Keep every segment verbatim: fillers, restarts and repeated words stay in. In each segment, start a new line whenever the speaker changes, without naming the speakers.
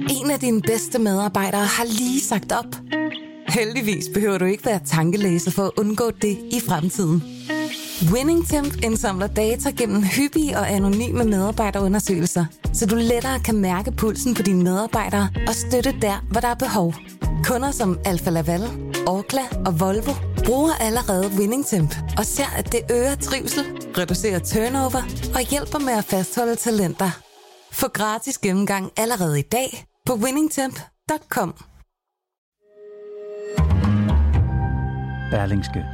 En af dine bedste medarbejdere har lige sagt op. Heldigvis behøver du ikke være tankelæser for at undgå det i fremtiden. WinningTemp indsamler data gennem hyppige og anonyme medarbejderundersøgelser, så du lettere kan mærke pulsen på dine medarbejdere og støtte der, hvor der er behov. Kunder som Alfa Laval, Orkla og Volvo bruger allerede WinningTemp og ser, at det øger trivsel, reducerer turnover og hjælper med at fastholde talenter. Få gratis gennemgang allerede i dag på winningtemp punktum com.
Berlingske.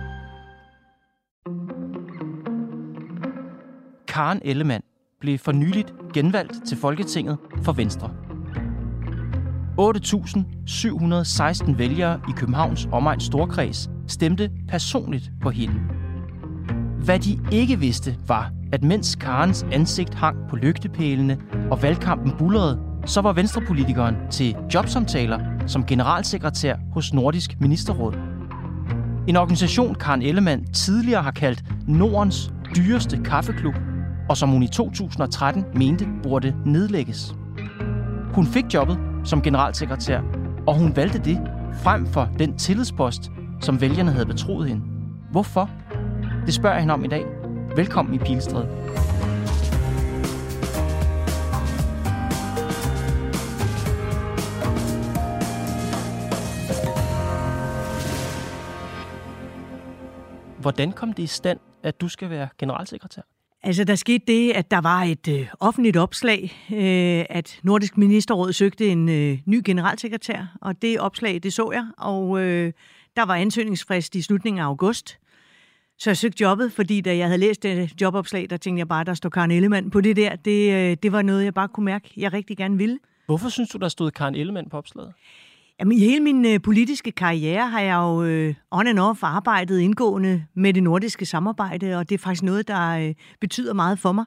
Karen Ellemann blev for nyligt genvalgt til Folketinget for Venstre. otte tusind syv hundrede og seksten vælgere i Københavns omegns storkreds stemte personligt på hende. Hvad de ikke vidste var, at mens Karens ansigt hang på lygtepælene og valgkampen buldrede, så var venstrepolitikeren til jobsamtaler som generalsekretær hos Nordisk Ministerråd. En organisation, Karen Ellemann tidligere har kaldt Nordens dyreste kaffeklub, og som hun i to tusind og tretten mente burde nedlægges. Hun fik jobbet som generalsekretær, og hun valgte det frem for den tillidspost, som vælgerne havde betroet hende. Hvorfor? Det spørger jeg hende om i dag. Velkommen i Pilestræde. Hvordan kom det i stand, at du skal være generalsekretær?
Altså, der skete det, at der var et øh, offentligt opslag, øh, at Nordisk Ministerråd søgte en øh, ny generalsekretær, og det opslag, det så jeg, og øh, der var ansøgningsfrist i slutningen af august. Så jeg søgte jobbet, fordi da jeg havde læst det jobopslag, der tænkte jeg bare, der stod Karen Ellemann på det der. Det, øh, det var noget, jeg bare kunne mærke, jeg rigtig gerne ville.
Hvorfor synes du, der stod Karen Ellemann på opslaget?
Jamen, i hele min øh, politiske karriere har jeg jo øh, on and off arbejdet indgående med det nordiske samarbejde, og det er faktisk noget, der øh, betyder meget for mig.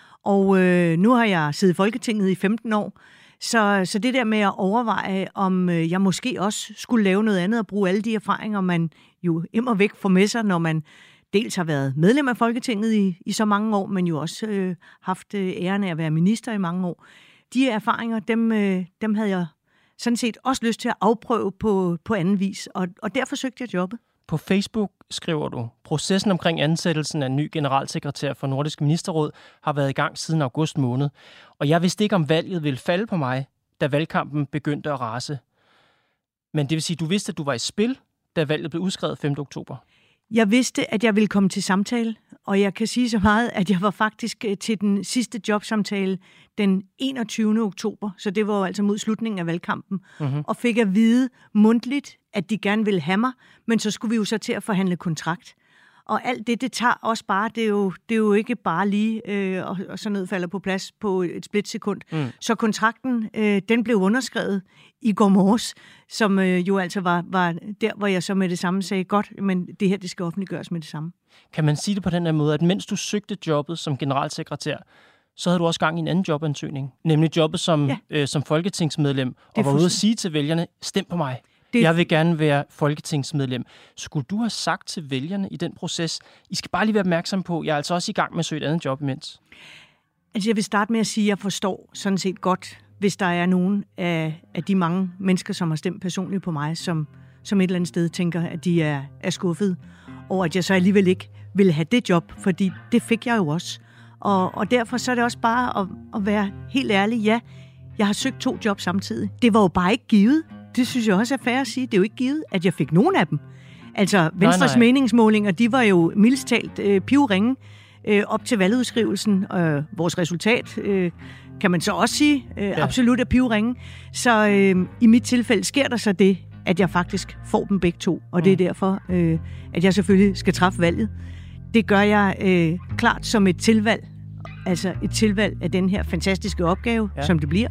Og øh, nu har jeg siddet i Folketinget i femten år, så, så det der med at overveje, om øh, jeg måske også skulle lave noget andet og bruge alle de erfaringer, man jo immer væk får med sig, når man dels har været medlem af Folketinget i, i så mange år, men jo også øh, haft øh, æren af at være minister i mange år. De erfaringer, dem, øh, dem havde jeg sådan set også lyst til at afprøve på, på anden vis, og, og derfor søgte jeg jobbet.
På Facebook skriver du, processen omkring ansættelsen af en ny generalsekretær for Nordisk Ministerråd har været i gang siden august måned, og jeg vidste ikke, om valget ville falde på mig, da valgkampen begyndte at rase. Men det vil sige, du vidste, at du var i spil, da valget blev udskrevet femte oktober.
Jeg vidste, at jeg ville komme til samtale, og jeg kan sige så meget, at jeg var faktisk til den sidste jobsamtale den enogtyvende oktober, så det var jo altså mod slutningen af valgkampen, mm-hmm. og fik at vide mundtligt, at de gerne ville have mig, men så skulle vi jo så til at forhandle kontrakt. Og alt det, det tager også bare, det er jo, det er jo ikke bare lige, øh, og, og sådan noget falder på plads på et splitsekund. Mm. Så kontrakten, øh, den blev underskrevet i går morges, som øh, jo altså var, var der, hvor jeg så med det samme sagde, godt, men det her, det skal offentliggøres med det samme.
Kan man sige det på den her måde, at mens du søgte jobbet som generalsekretær, så havde du også gang i en anden jobansøgning, nemlig jobbet som, ja. øh, som folketingsmedlem, og var ude at sige til vælgerne, stem på mig. Det... Jeg vil gerne være folketingsmedlem. Skulle du have sagt til vælgerne i den proces, I skal bare lige være opmærksom på, jeg er altså også i gang med at søge et andet job imens?
Altså jeg vil starte med at sige, at jeg forstår sådan set godt, hvis der er nogen af, af de mange mennesker, som har stemt personligt på mig, som, som et eller andet sted tænker, at de er, er skuffet over, at jeg så alligevel ikke vil have det job, fordi det fik jeg jo også. Og, og derfor så er det også bare at, at være helt ærlig. Ja, jeg har søgt to job samtidig. Det var jo bare ikke givet. Det synes jeg også er fair at sige. Det er jo ikke givet, at jeg fik nogen af dem. Altså, Venstres nej, nej. meningsmålinger, de var jo mildest talt øh, pivringe øh, op til valgudskrivelsen. Øh, vores resultat, øh, kan man så også sige, øh, ja. absolut er pivringe. Så øh, i mit tilfælde sker der så det, at jeg faktisk får dem begge to. Og mm. det er derfor, øh, at jeg selvfølgelig skal træffe valget. Det gør jeg øh, klart som et tilvalg. Altså et tilvalg af den her fantastiske opgave, ja. som det bliver.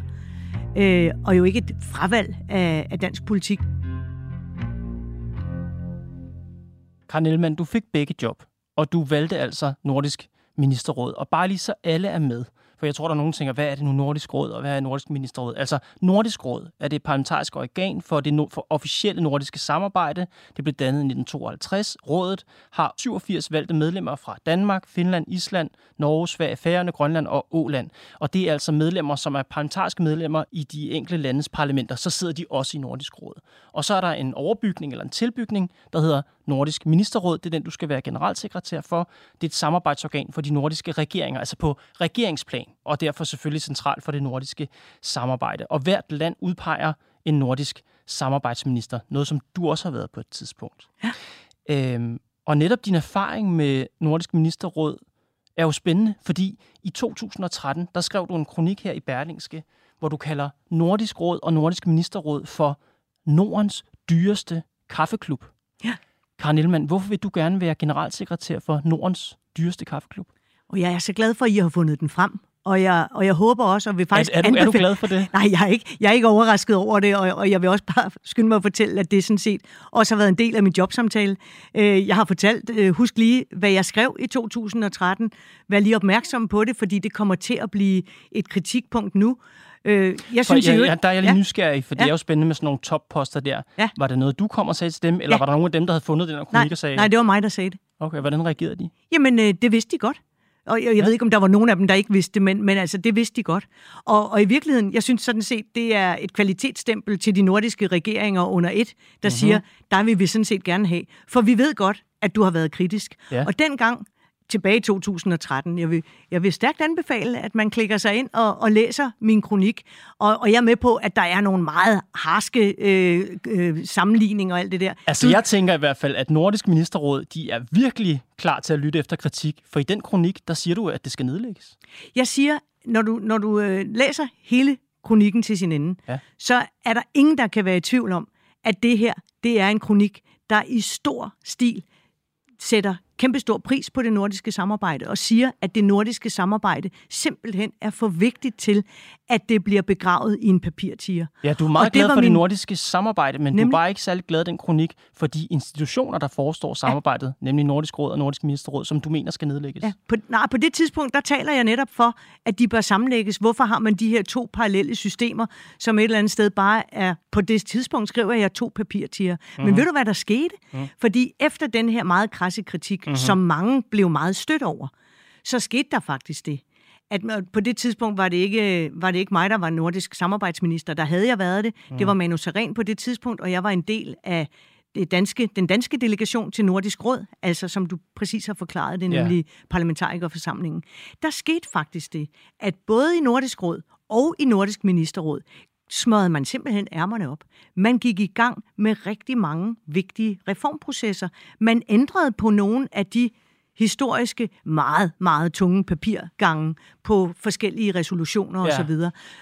Øh, og jo ikke et fravalg af, af dansk politik.
Karen Ellemann, du fik begge job, og du valgte altså Nordisk Ministerråd. Og bare lige så alle er med. For jeg tror, der er nogen, der tænker, hvad er det nu Nordisk Råd, og hvad er Nordisk Ministerråd? Altså, Nordisk Råd er det parlamentariske organ for det no- for officielle nordiske samarbejde. Det blev dannet i nitten tooghalvtreds. Rådet har syvogfirs valgte medlemmer fra Danmark, Finland, Island, Norge, Sverige, Færøerne, Grønland og Åland. Og det er altså medlemmer, som er parlamentariske medlemmer i de enkelte landes parlamenter. Så sidder de også i Nordisk Råd. Og så er der en overbygning eller en tilbygning, der hedder Nordisk Ministerråd. Det er den, du skal være generalsekretær for. Det er et samarbejdsorgan for de nordiske regeringer, altså på regeringsplan, og derfor selvfølgelig centralt for det nordiske samarbejde. Og hvert land udpeger en nordisk samarbejdsminister, noget som du også har været på et tidspunkt.
Ja.
Øhm, og netop din erfaring med Nordisk Ministerråd er jo spændende, fordi i to tusind og tretten, der skrev du en kronik her i Berlingske, hvor du kalder Nordisk Råd og Nordisk Ministerråd for Nordens dyreste kaffeklub.
Ja.
Karen Ellemann, hvorfor vil du gerne være generalsekretær for Nordens dyreste kaffeklub?
Og jeg er så glad for, at I har fundet den frem. Og jeg, og jeg håber også, og vil faktisk
er, er, du,
anbefale...
er du glad for det?
Nej, jeg er ikke, jeg er ikke overrasket over det, og, og jeg vil også bare skynde mig at fortælle, at det sådan set også har været en del af min jobsamtale. Jeg har fortalt, husk lige, hvad jeg skrev i to tusind og tretten. Vær lige opmærksom på det, fordi det kommer til at blive et kritikpunkt nu. Jeg synes,
for, ja,
jo,
ja, der er jeg lige
ja.
nysgerrig, for ja. det er jo spændende med sådan nogle topposter der. Ja. Var det noget, du kom og sagde til dem, eller
ja.
var der nogen af dem, der havde fundet den og kronik og sagde...
Nej, det var mig, der sagde det.
Okay, hvordan reagerede de?
Jamen, det vidste de godt. Og jeg, jeg ja. ved ikke, om der var nogen af dem, der ikke vidste det, men, men altså, det vidste de godt. Og, og i virkeligheden, jeg synes sådan set, det er et kvalitetsstempel til de nordiske regeringer under et, der mm-hmm. siger, der vil vi sådan set gerne have. For vi ved godt, at du har været kritisk. Ja. Og dengang, tilbage i to tusind og tretten, jeg vil, jeg vil stærkt anbefale, at man klikker sig ind og, og læser min kronik. Og, og jeg er med på, at der er nogle meget harske øh, øh, sammenligninger og alt det der.
Altså, du... jeg tænker i hvert fald, at Nordisk Ministerråd, de er virkelig klar til at lytte efter kritik. For i den kronik, der siger du, at det skal nedlægges.
Jeg siger, når du, når du øh, læser hele kronikken til sin ende, ja. så er der ingen, der kan være i tvivl om, at det her, det er en kronik, der i stor stil sætter kæmpestor pris på det nordiske samarbejde og siger, at det nordiske samarbejde simpelthen er for vigtigt til, at det bliver begravet i en papirtiger.
Ja, du er meget glad for min... det nordiske samarbejde, men nemlig... du er bare ikke særlig glad den kronik for de institutioner, der forestår samarbejdet, ja. nemlig Nordisk Råd og Nordisk Ministerråd, som du mener skal nedlægges.
Ja, på, nej, på det tidspunkt, der taler jeg netop for, at de bør sammenlægges. Hvorfor har man de her to parallelle systemer, som et eller andet sted bare er, på det tidspunkt skriver jeg to papirtiger. Mm-hmm. Men ved du, hvad der skete? Mm. Fordi efter den her meget krasse kritik, mm-hmm. som mange blev meget stødt over, så skete der faktisk det, at på det tidspunkt var det ikke, var det ikke mig, der var nordisk samarbejdsminister. Der havde jeg været det. Mm. Det var Manu Sareen på det tidspunkt, og jeg var en del af det danske, den danske delegation til Nordisk Råd, altså som du præcis har forklaret det, nemlig yeah. parlamentarikerforsamlingen. Der skete faktisk det, at både i Nordisk Råd og i Nordisk Ministerråd smørede man simpelthen ærmerne op. Man gik i gang med rigtig mange vigtige reformprocesser. Man ændrede på nogle af de historiske, meget, meget tunge papirgange på forskellige resolutioner ja. osv.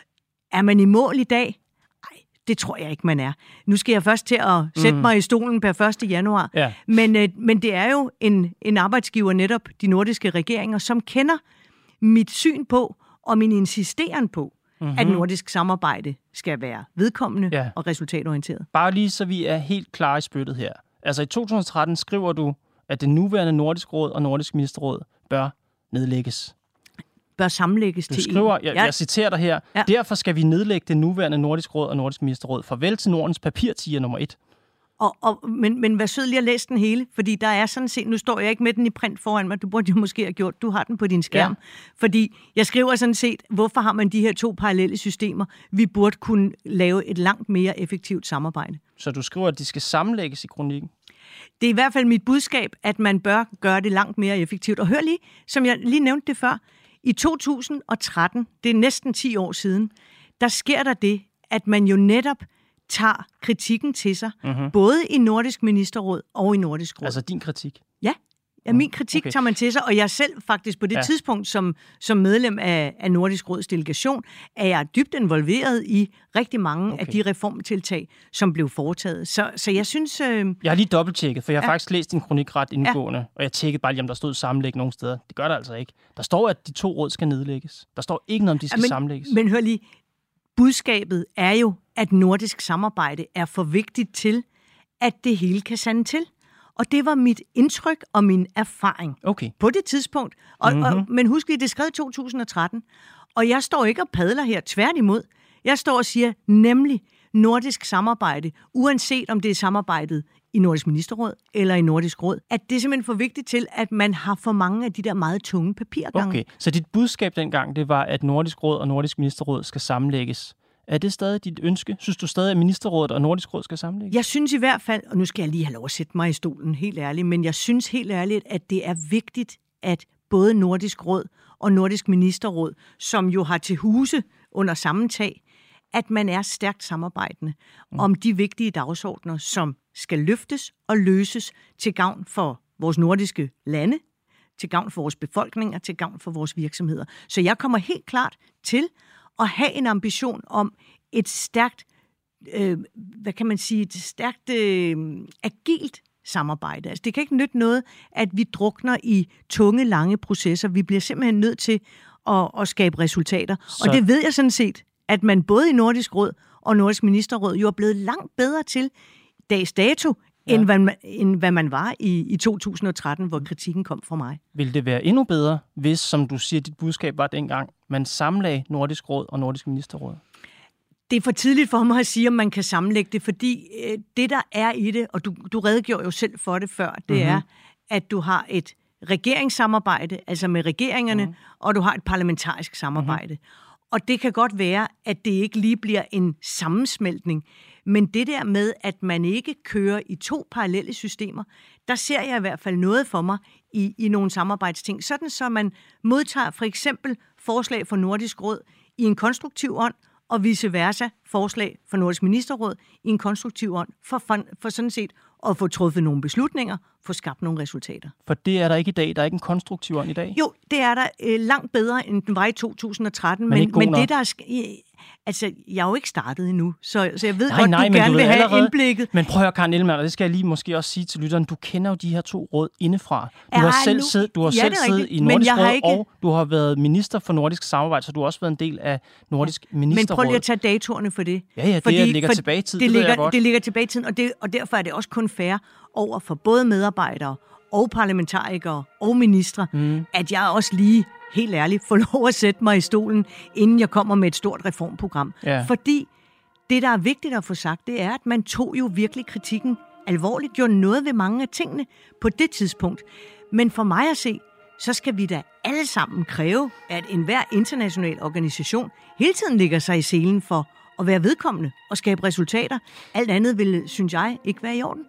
Er man i mål i dag? Nej, det tror jeg ikke, man er. Nu skal jeg først til at sætte mm. mig i stolen per første januar. Ja. Men, øh, men det er jo en, en arbejdsgiver, netop de nordiske regeringer, som kender mit syn på og min insisteren på, mm-hmm. at nordisk samarbejde skal være vedkommende ja. og resultatorienteret.
Bare lige så vi er helt klare i spyttet her. Altså i to tusind og tretten skriver du, at det nuværende Nordisk Råd og Nordisk Ministerråd bør nedlægges.
Bør sammenlægges
du
til
skriver, jeg, ja. jeg citerer dig her, ja. derfor skal vi nedlægge det nuværende Nordisk Råd og Nordisk Ministerråd. Farvel til Nordens papirtiger nummer et.
Og, og, men, men vær sød lige at læse den hele, fordi der er sådan set, nu står jeg ikke med den i print foran mig, du burde jo måske have gjort, du har den på din skærm. Ja. Fordi jeg skriver sådan set, hvorfor har man de her to parallelle systemer? Vi burde kunne lave et langt mere effektivt samarbejde.
Så du skriver, at de skal sammenlægges i kronikken?
Det er i hvert fald mit budskab, at man bør gøre det langt mere effektivt. Og hør lige, som jeg lige nævnte det før, i to tusind og tretten, det er næsten ti år siden, der sker der det, at man jo netop tager kritikken til sig, mm-hmm. både i Nordisk Ministerråd og i Nordisk Råd.
Altså din kritik?
Ja, ja min kritik okay. tager man til sig, og jeg selv faktisk på det ja. tidspunkt, som, som medlem af, af Nordisk Råds delegation, er jeg dybt involveret i rigtig mange okay. af de reformtiltag, som blev foretaget. Så, så jeg synes... Øh...
Jeg har lige dobbelttjekket, for jeg har ja. faktisk læst din kronik ret indgående, ja. og jeg tjekkede bare lige, om der stod sammenlæg nogle steder. Det gør der altså ikke. Der står, at de to råd skal nedlægges. Der står ikke noget, om de skal ja, men, sammenlægges.
Men hør lige, budskabet er jo, at nordisk samarbejde er for vigtigt til, at det hele kan sande til. Og det var mit indtryk og min erfaring
okay.
på det tidspunkt. Og,
mm-hmm.
og, men husk lige, det skrev i to tusind og tretten. Og jeg står ikke og padler her, tværtimod. Jeg står og siger nemlig nordisk samarbejde, uanset om det er samarbejdet i Nordisk Ministerråd eller i Nordisk Råd, at det er simpelthen for vigtigt til, at man har for mange af de der meget tunge papirgange.
Okay, så dit budskab dengang, det var, at Nordisk Råd og Nordisk Ministerråd skal sammenlægges. Er det stadig dit ønske? Synes du stadig, at Ministerrådet og Nordisk Råd skal sammenlægges?
Jeg synes i hvert fald, og nu skal jeg lige have lov at sætte mig i stolen, helt ærligt, men jeg synes helt ærligt, at det er vigtigt, at både Nordisk Råd og Nordisk Ministerråd, som jo har til huse under samme tag, at man er stærkt samarbejdende mm. om de vigtige dagsordner, som skal løftes og løses til gavn for vores nordiske lande, til gavn for vores befolkninger, til gavn for vores virksomheder. Så jeg kommer helt klart til at have en ambition om et stærkt, øh, hvad kan man sige, et stærkt øh, agilt samarbejde. Altså, det kan ikke nytte noget, at vi drukner i tunge, lange processer. Vi bliver simpelthen nødt til at, at skabe resultater. Så. Og det ved jeg sådan set, at man både i Nordisk Råd og Nordisk Ministerråd jo er blevet langt bedre til dags dato, ja. end, hvad man, end hvad man var i, i to tusind og tretten, hvor kritikken kom fra mig.
Vil det være endnu bedre, hvis, som du siger, dit budskab var dengang, man sammenlagde Nordisk Råd og Nordisk Ministerråd?
Det er for tidligt for mig at sige, om man kan sammenlægge det, fordi øh, det, der er i det, og du, du redegjorde jo selv for det før, det mm-hmm. er, at du har et regeringssamarbejde, altså med regeringerne, mm-hmm. og du har et parlamentarisk samarbejde. Mm-hmm. Og det kan godt være, at det ikke lige bliver en sammensmeltning, men det der med, at man ikke kører i to parallelle systemer, der ser jeg i hvert fald noget for mig i, i nogle samarbejdsting. Sådan så man modtager for eksempel forslag fra Nordisk Råd i en konstruktiv ånd, og vice versa forslag fra Nordisk Ministerråd i en konstruktiv ånd, for, for sådan set at få truffet nogle beslutninger, få skabt nogle resultater.
For det er der ikke i dag. Der er ikke en konstruktiv ånd i dag.
Jo, det er der øh, langt bedre, end den var i to tusind og tretten. Men, men, men det, der er... Sk- altså, jeg er jo ikke startet endnu, så, så jeg ved
nej,
godt,
nej,
du gerne
du
vil have
allerede,
indblikket.
Men prøv at høre, Karen Ellemann, og det skal jeg lige måske også sige til lytteren, du kender jo de her to råd indefra. Du
ja,
har selv
nu,
siddet, du har
ja,
selv siddet i Nordisk Råd, ikke... og du har været minister for nordisk samarbejde, så du har også været en del af Nordisk ja. Ministerråd.
Men prøv lige at tage datorerne for det.
Ja, ja, det Fordi, ligger for, tilbage i tiden,
det,
det
ligger,
jeg godt.
Det ligger tilbage i tiden, og, det, og derfor er det også kun fair over for både medarbejdere og parlamentarikere og ministre, mm. at jeg også lige, helt ærligt, får lov at sætte mig i stolen, inden jeg kommer med et stort reformprogram.
Ja.
Fordi det, der er vigtigt at få sagt, det er, at man tog jo virkelig kritikken alvorligt, gjorde noget ved mange af tingene på det tidspunkt. Men for mig at se, så skal vi da alle sammen kræve, at enhver international organisation hele tiden ligger sig i selen for at være vedkommende og skabe resultater. Alt andet vil, synes jeg, ikke være i orden.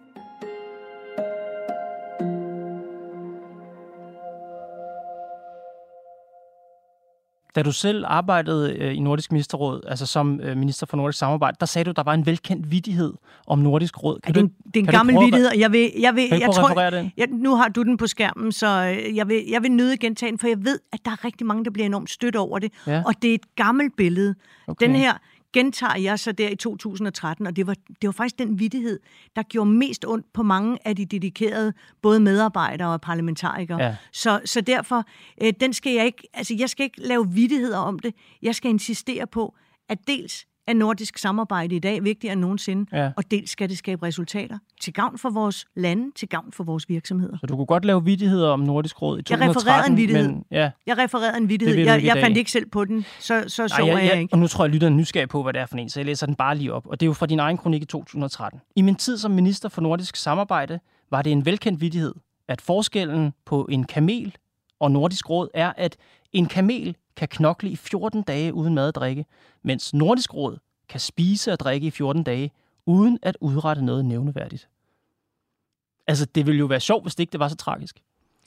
Da du selv arbejdede øh, i Nordisk Ministerråd, altså som øh, minister for nordisk samarbejde, der sagde du, at der var en velkendt vittighed om Nordisk Råd. Kan
ja, det, er en, det er en gammel vittighed, og jeg vil... Jeg vil
kan
jeg
du
tror,
referere den?
Jeg, nu har du den på skærmen, så jeg vil, jeg vil nødig gentage den, for jeg ved, at der er rigtig mange, der bliver enormt stødt over det. Ja. Og det er et gammelt billede. Okay. Den her gentager jeg så der i to tusind og tretten, og det var, det var faktisk den vittighed, der gjorde mest ondt på mange af de dedikerede, både medarbejdere og parlamentarikere. Ja. Så, så derfor, øh, den skal jeg ikke, altså jeg skal ikke lave vittigheder om det. Jeg skal insistere på, at dels er nordisk samarbejde i dag vigtigere end nogensinde, ja. og dels skal det skabe resultater til gavn for vores lande, til gavn for vores virksomheder.
Så du kunne godt lave vittigheder om Nordisk Råd i to tusind og tretten?
Jeg refererede en vittighed.
Men, ja.
Jeg refererede en vittighed. Jeg, jeg fandt ikke selv på den, så så, så
Nej, jeg,
jeg, jeg ikke.
Og nu tror jeg, at lytteren er nysgerrig på, hvad det er for en, så jeg læser den bare lige op. Og det er jo fra din egen kronik i to tusind og tretten. I min tid som minister for nordisk samarbejde var det en velkendt vittighed, at forskellen på en kamel og Nordisk Råd er, at en kamel kan knokle i fjorten dage uden mad og drikke, mens Nordisk Råd kan spise og drikke i fjorten dage, uden at udrette noget nævneværdigt. Altså, det ville jo være sjovt, hvis det ikke det var så tragisk.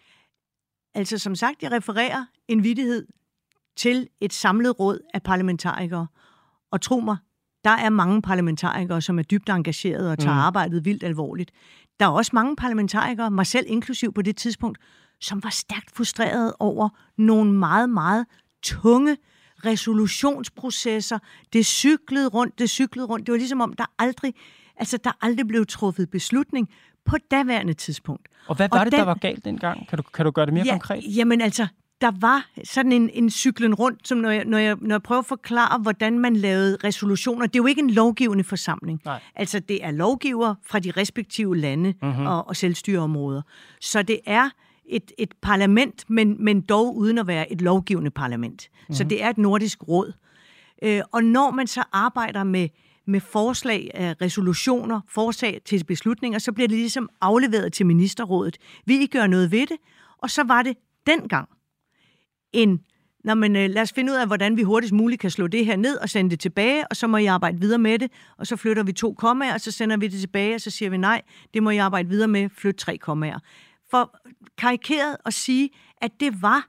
Altså, som sagt, jeg refererer en vittighed til et samlet råd af parlamentarikere. Og tro mig, der er mange parlamentarikere, som er dybt engagerede og tager mm. arbejdet vildt alvorligt. Der er også mange parlamentarikere, mig selv inklusiv på det tidspunkt, som var stærkt frustreret over nogle meget, meget tunge resolutionsprocesser. Det cyklede rundt, det cyklede rundt. Det var ligesom om, der aldrig, altså der aldrig blev truffet beslutning på daværende tidspunkt.
Og hvad var
og
det,
den,
der var galt dengang? Kan du, kan du gøre det mere
ja,
konkret?
Jamen altså, der var sådan en, en cyklen rundt, som når jeg, når, jeg, når jeg prøver at forklare, hvordan man lavede resolutioner. Det er jo ikke en lovgivende forsamling. Nej. Altså, det er lovgiver fra de respektive lande mm-hmm. og, og selvstyreområder. Så det er et, et parlament, men, men dog uden at være et lovgivende parlament. Mm-hmm. Så det er et nordisk råd. Øh, og når man så arbejder med, med forslag af resolutioner, forslag til beslutninger, så bliver det ligesom afleveret til ministerrådet. Vi ikke gør noget ved det, og så var det dengang en... Nå, men øh, lad os finde ud af, hvordan vi hurtigst muligt kan slå det her ned og sende det tilbage, og så må I arbejde videre med det, og så flytter vi to kommaer, og så sender vi det tilbage, og så siger vi nej, det må I arbejde videre med, flyt tre kommaer. For karikeret at sige, at det var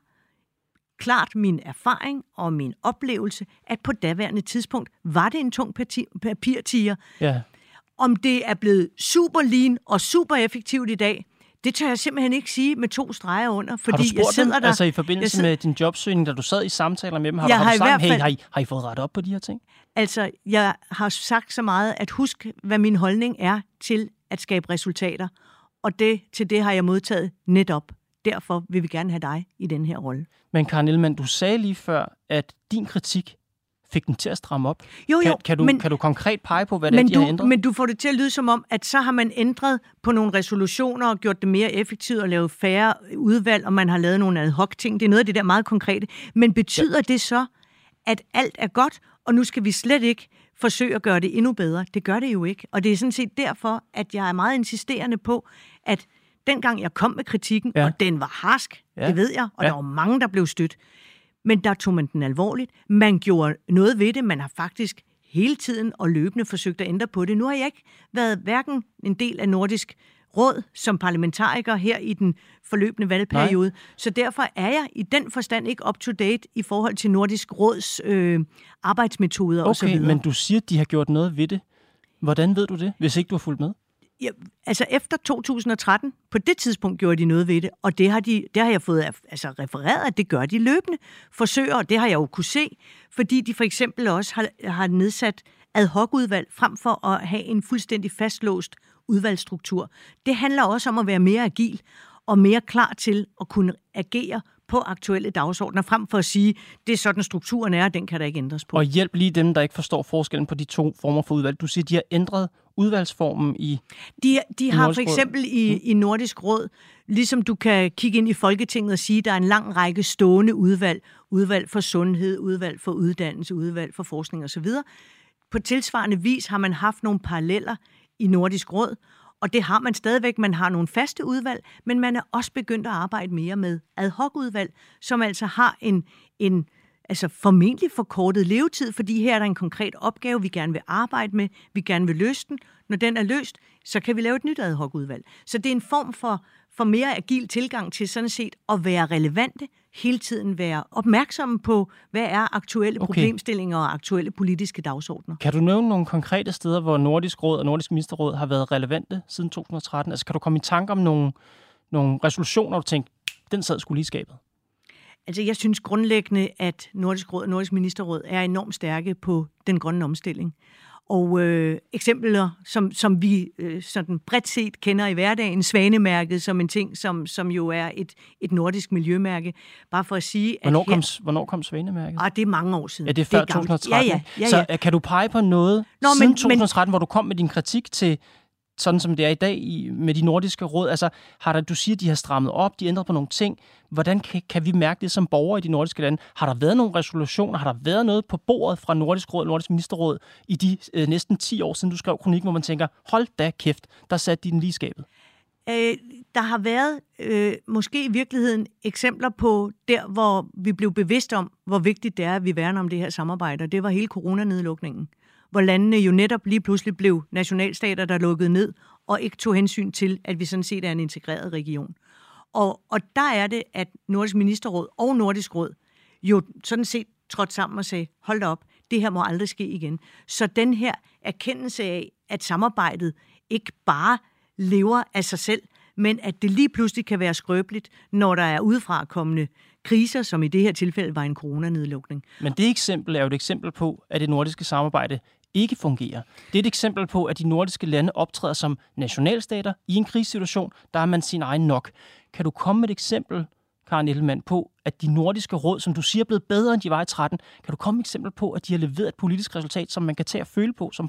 klart min erfaring og min oplevelse, at på daværende tidspunkt var det en tung papirtiger.
Ja.
Om det er blevet super lean og super effektivt i dag, det tør jeg simpelthen ikke sige med to streger under, fordi
har du spurgt
jeg sidder
dem,
der...
altså i forbindelse sidder, med din jobsøgning, da du sad i samtaler med dem, har
jeg
du, har
har
du sagt,
fald,
hey, har I, har I fået ret op på de her ting?
Altså, jeg har sagt så meget, at husk, hvad min holdning er til at skabe resultater, og det, til det har jeg modtaget netop. Derfor vil vi gerne have dig i den her rolle.
Men Karen Ellemann, du sagde lige før, at din kritik fik den til at stramme op.
Jo, jo,
kan, kan, du,
men,
kan du konkret pege på, hvad det er, de
du,
har ændret?
Men du får det til at lyde som om, at så har man ændret på nogle resolutioner og gjort det mere effektivt og lavet færre udvalg, og man har lavet nogle ad hoc ting. Det er noget af det der meget konkrete. Men betyder ja. det så, at alt er godt, og nu skal vi slet ikke forsøge at gøre det endnu bedre? Det gør det jo ikke. Og det er sådan set derfor, at jeg er meget insisterende på, at dengang jeg kom med kritikken, ja. og den var harsk, ja. det ved jeg, og ja. der var mange, der blev stødt. Men der tog man den alvorligt. Man gjorde noget ved det. Man har faktisk hele tiden og løbende forsøgt at ændre på det. Nu har jeg ikke været hverken en del af Nordisk Råd som parlamentariker her i den forløbende valgperiode. Nej. Så derfor er jeg i den forstand ikke up-to-date i forhold til Nordisk Råds øh, arbejdsmetoder
okay,
osv.
Okay, men du siger, at de har gjort noget ved det. Hvordan ved du det, hvis ikke du har fulgt med?
Ja, altså efter to tusind og tretten, på det tidspunkt gjorde de noget ved det, og det har, de, det har jeg fået altså refereret, at det gør de løbende forsøger, og det har jeg jo kunne se, fordi de for eksempel også har, har nedsat ad hoc-udvalg, frem for at have en fuldstændig fastlåst udvalgsstruktur. Det handler også om at være mere agil og mere klar til at kunne agere på aktuelle dagsordner, frem for at sige, det er sådan strukturen er, og den kan der ikke ændres på.
Og hjælp lige dem, der ikke forstår forskellen på de to former for udvalg. Du siger, de har ændret udvalgsformen i
De, de
i
har for eksempel i, i Nordisk Råd, ligesom du kan kigge ind i Folketinget og sige, der er en lang række stående udvalg, udvalg for sundhed, udvalg for uddannelse, udvalg for forskning osv. På tilsvarende vis har man haft nogle paralleller i Nordisk Råd, og det har man stadigvæk. Man har nogle faste udvalg, men man er også begyndt at arbejde mere med ad hoc-udvalg, som altså har en, en altså formentlig forkortet levetid, fordi her er der en konkret opgave, vi gerne vil arbejde med, vi gerne vil løse den. Når den er løst, så kan vi lave et nyt ad hoc-udvalg. Så det er en form for, for mere agil tilgang til sådan set at være relevante, hele tiden være opmærksomme på, hvad er aktuelle okay. problemstillinger og aktuelle politiske dagsordner.
Kan du nævne nogle konkrete steder, hvor Nordisk Råd og Nordisk Ministerråd har været relevante siden to tusind og tretten? Altså kan du komme i tanke om nogle, nogle resolutioner, du tænkte, den sad sgu lige i skabet?
Altså, jeg synes grundlæggende, at Nordisk Råd og Nordisk Ministerråd er enormt stærke på den grønne omstilling. Og øh, eksempler, som, som vi øh, sådan bredt set kender i hverdagen, Svanemærket som en ting, som, som jo er et, et nordisk miljømærke. Bare for at sige, at
hvornår,
her,
kom, hvornår kom Svanemærket?
Ah, det er mange år siden.
Er det før
det er
to tusind og tretten?
Ja, ja, ja, ja.
Så kan du pege på noget Nå, siden men, to tusind og tretten, men, hvor du kom med din kritik til sådan som det er i dag i, med de nordiske råd? Altså, har der, du siger, at de har strammet op, de ændret på nogle ting. Hvordan kan, kan vi mærke det som borgere i de nordiske lande? Har der været nogle resolutioner? Har der været noget på bordet fra Nordisk Råd og Nordisk Ministerråd i de øh, næsten ti år siden, du skrev kronik, hvor man tænker, hold da kæft, der satte de den lige i skabet?
Øh, der har været øh, måske i virkeligheden eksempler på der, hvor vi blev bevidst om, hvor vigtigt det er, at vi værner om det her samarbejde. Og det var hele coronanedlukningen, hvor landene jo netop lige pludselig blev nationalstater, der lukkede ned, og ikke tog hensyn til, at vi sådan set er en integreret region. Og, og der er det, at Nordisk Ministerråd og Nordisk Råd jo sådan set trådte sammen og sagde, hold da op, det her må aldrig ske igen. Så den her erkendelse af, at samarbejdet ikke bare lever af sig selv, men at det lige pludselig kan være skrøbeligt, når der er udefra kommende kriser, som i det her tilfælde var en coronanedlukning.
Men det eksempel er jo et eksempel på, at det nordiske samarbejde ikke fungerer. Det er et eksempel på, at de nordiske lande optræder som nationalstater i en krisesituation, der er man sin egen nok. Kan du komme med et eksempel, Karen Ellemann, på, at de nordiske råd, som du siger, er blevet bedre, end de var i tretten, kan du komme med et eksempel på, at de har leveret et politisk resultat, som man kan tage og føle på som borger?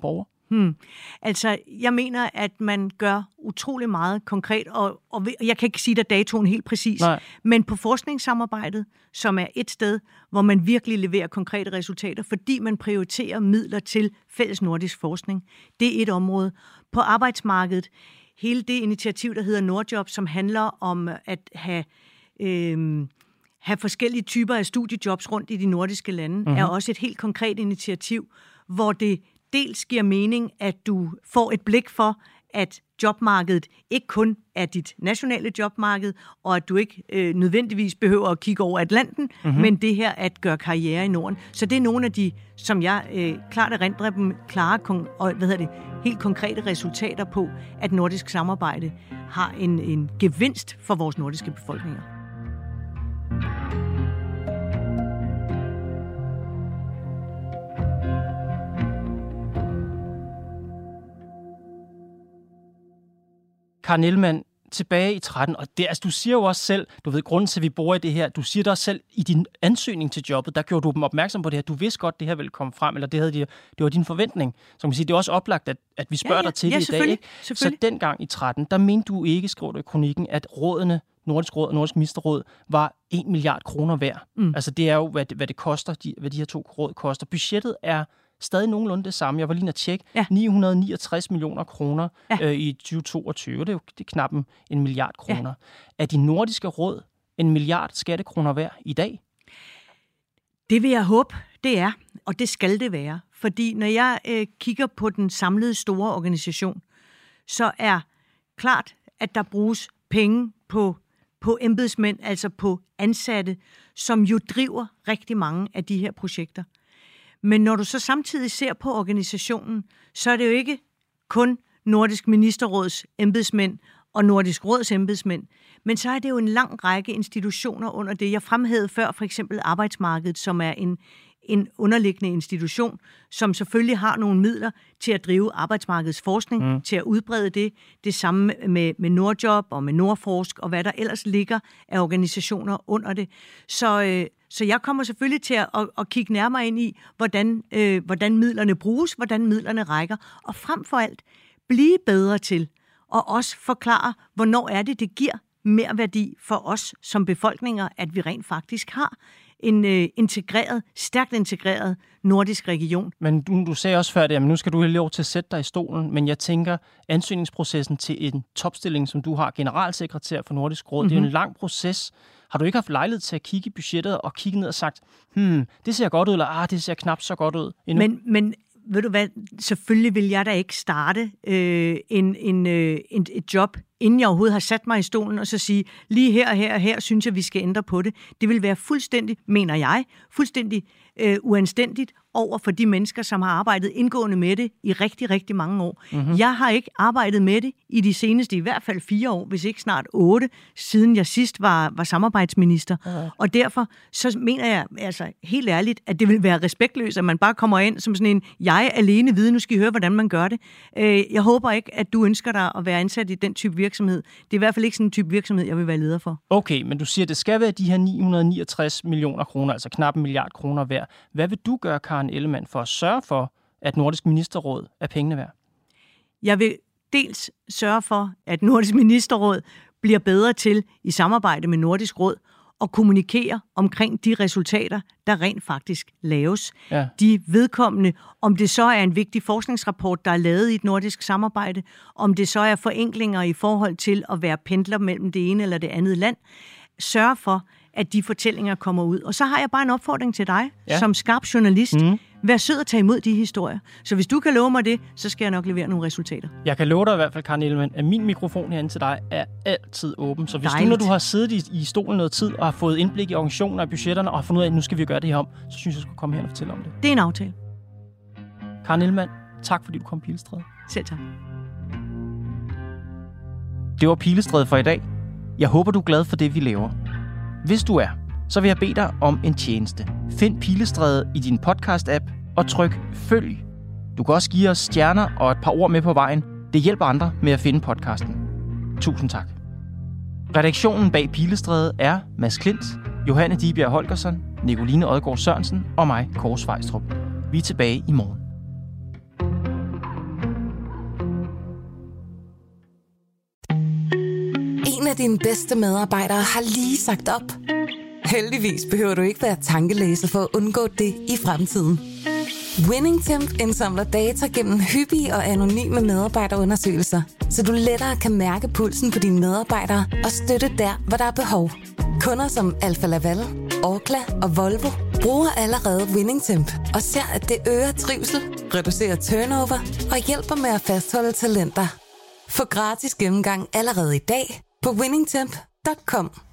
Hmm. Altså, jeg mener, at man gør utrolig meget konkret, og, og jeg kan ikke sige dig datoen helt præcis,
Nej.
men på forskningssamarbejdet, som er et sted, hvor man virkelig leverer konkrete resultater, fordi man prioriterer midler til fælles nordisk forskning. Det er et område. På arbejdsmarkedet, hele det initiativ, der hedder Nordjob, som handler om at have... Øh, have forskellige typer af studiejobs rundt i de nordiske lande, mm-hmm. er også et helt konkret initiativ, hvor det dels giver mening, at du får et blik for, at jobmarkedet ikke kun er dit nationale jobmarked, og at du ikke øh, nødvendigvis behøver at kigge over Atlanten, mm-hmm. men det her at gøre karriere i Norden. Så det er nogle af de, som jeg øh, klart erindrer dem, klare kon- og hvad hedder det, helt konkrete resultater på, at nordisk samarbejde har en, en gevinst for vores nordiske befolkninger.
Karen Ellemann, tilbage i tretten, og det, altså, du siger jo også selv, du ved, grunden til, at vi bor i det her, du siger det også selv, i din ansøgning til jobbet, der gjorde du dem opmærksom på det her, du vidste godt, det her ville komme frem, eller det, havde de, det var din forventning. Så man kan sige, det er også oplagt, at, at vi spørger ja, ja. dig til
ja,
det i dag. Ikke? Så dengang i tretten, der mente du ikke, skrev du i kronikken, at rådene, Nordisk Råd og Nordisk Ministerråd, var en milliard kroner værd. Mm. Altså det er jo, hvad det, hvad det koster, de, hvad de her to råd koster. Budgettet er stadig nogenlunde det samme. Jeg var lige at tjekke. Ja. ni hundrede niogtres millioner kroner ja. øh, i tyve toogtyve. Det er jo det er knap en milliard kroner. Ja. Er de nordiske råd en milliard skattekroner værd i dag?
Det vil jeg håbe, det er. Og det skal det være. Fordi når jeg øh, kigger på den samlede store organisation, så er klart, at der bruges penge på, på embedsmænd, altså på ansatte, som jo driver rigtig mange af de her projekter. Men når du så samtidig ser på organisationen, så er det jo ikke kun Nordisk Ministerråds embedsmænd og Nordisk Råds embedsmænd, men så er det jo en lang række institutioner under det. Jeg fremhævede før for eksempel arbejdsmarkedet, som er en, en underliggende institution, som selvfølgelig har nogle midler til at drive arbejdsmarkedsforskning, mm. til at udbrede det. Det samme med, med Nordjob og med Nordforsk og hvad der ellers ligger af organisationer under det. Så... Øh, Så jeg kommer selvfølgelig til at, at, at kigge nærmere ind i, hvordan, øh, hvordan midlerne bruges, hvordan midlerne rækker, og frem for alt blive bedre til, og også forklare, hvornår er det, det giver mere værdi for os som befolkninger, at vi rent faktisk har en øh, integreret, stærkt integreret nordisk region.
Men du, du sagde også før det, at nu skal du have lov til at sætte dig i stolen, men jeg tænker, ansøgningsprocessen til en topstilling, som du har, generalsekretær for Nordisk Råd, mm-hmm. det er jo en lang proces. Har du ikke haft lejlighed til at kigge i budgettet og kigge ned og sagt, hmm, det ser godt ud, eller ah, det ser knap så godt ud endnu?
Men, men ved du hvad, selvfølgelig vil jeg da ikke starte øh, en, en, øh, en, et job, inden jeg overhovedet har sat mig i stolen, og så sige, lige her og her og her, synes jeg, vi skal ændre på det. Det vil være fuldstændig, mener jeg, fuldstændig øh, uanstændigt over for de mennesker, som har arbejdet indgående med det i rigtig, rigtig mange år. Mm-hmm. Jeg har ikke arbejdet med det i de seneste, i hvert fald fire år, hvis ikke snart otte, siden jeg sidst var, var samarbejdsminister. Okay. Og derfor så mener jeg altså helt ærligt, at det vil være respektløst, at man bare kommer ind som sådan en, jeg alene vide, nu skal I høre, hvordan man gør det. Øh, jeg håber ikke, at du ønsker dig at være ansat i den type virksomhed. Det er i hvert fald ikke sådan en type virksomhed, jeg vil være leder for.
Okay, men du siger, at det skal være de her ni hundrede niogtres millioner kroner, altså knap en milliard kroner værd. Hvad vil du gøre, Karen Ellemann, for at sørge for, at Nordisk Ministerråd er pengene værd?
Jeg vil dels sørge for, at Nordisk Ministerråd bliver bedre til i samarbejde med Nordisk Råd og kommunikere omkring de resultater, der rent faktisk laves. Ja. De vedkommende, om det så er en vigtig forskningsrapport, der er lavet i et nordisk samarbejde, om det så er forenklinger i forhold til at være pendler mellem det ene eller det andet land, sørg for, at de fortællinger kommer ud. Og så har jeg bare en opfordring til dig, ja. som skarp journalist. Mm. Vær sød at tage imod de historier. Så hvis du kan love mig det, så skal jeg nok levere nogle resultater. Jeg
kan love dig i hvert fald, Karen Ellemann, at min mikrofon herinde til dig er altid åben. Så hvis Dejligt. du, når du har siddet i, i stolen noget tid og har fået indblik i organisationer og budgetterne og har fundet ud af, at nu skal vi gøre det her om, så synes jeg, du skal komme her og fortælle om det.
Det er en aftale.
Karen Ellemann, tak fordi du kom Pilestræde.
Selv tak.
Det var Pilestræde for i dag. Jeg håber, du er glad for det, vi laver. Hvis du er, så vil jeg bede dig om en tjeneste. Find Pilestræde i din podcast-app og tryk følg. Du kan også give os stjerner og et par ord med på vejen. Det hjælper andre med at finde podcasten. Tusind tak. Redaktionen bag Pilestræde er Mads Klint, Johanne Dibjerg Holgersen, Nicoline Odgaard Sørensen og mig, Kåre Svejstrup. Vi er tilbage i morgen.
af dine bedste medarbejdere har lige sagt op. Heldigvis behøver du ikke være tankelæser for at undgå det i fremtiden. WinningTemp indsamler data gennem hyppige og anonyme medarbejderundersøgelser, så du lettere kan mærke pulsen på dine medarbejdere og støtte der, hvor der er behov. Kunder som Alfa Laval, Orkla og Volvo bruger allerede WinningTemp og ser, at det øger trivsel, reducerer turnover og hjælper med at fastholde talenter. Få gratis gennemgang allerede i dag på winningtemp punktum com.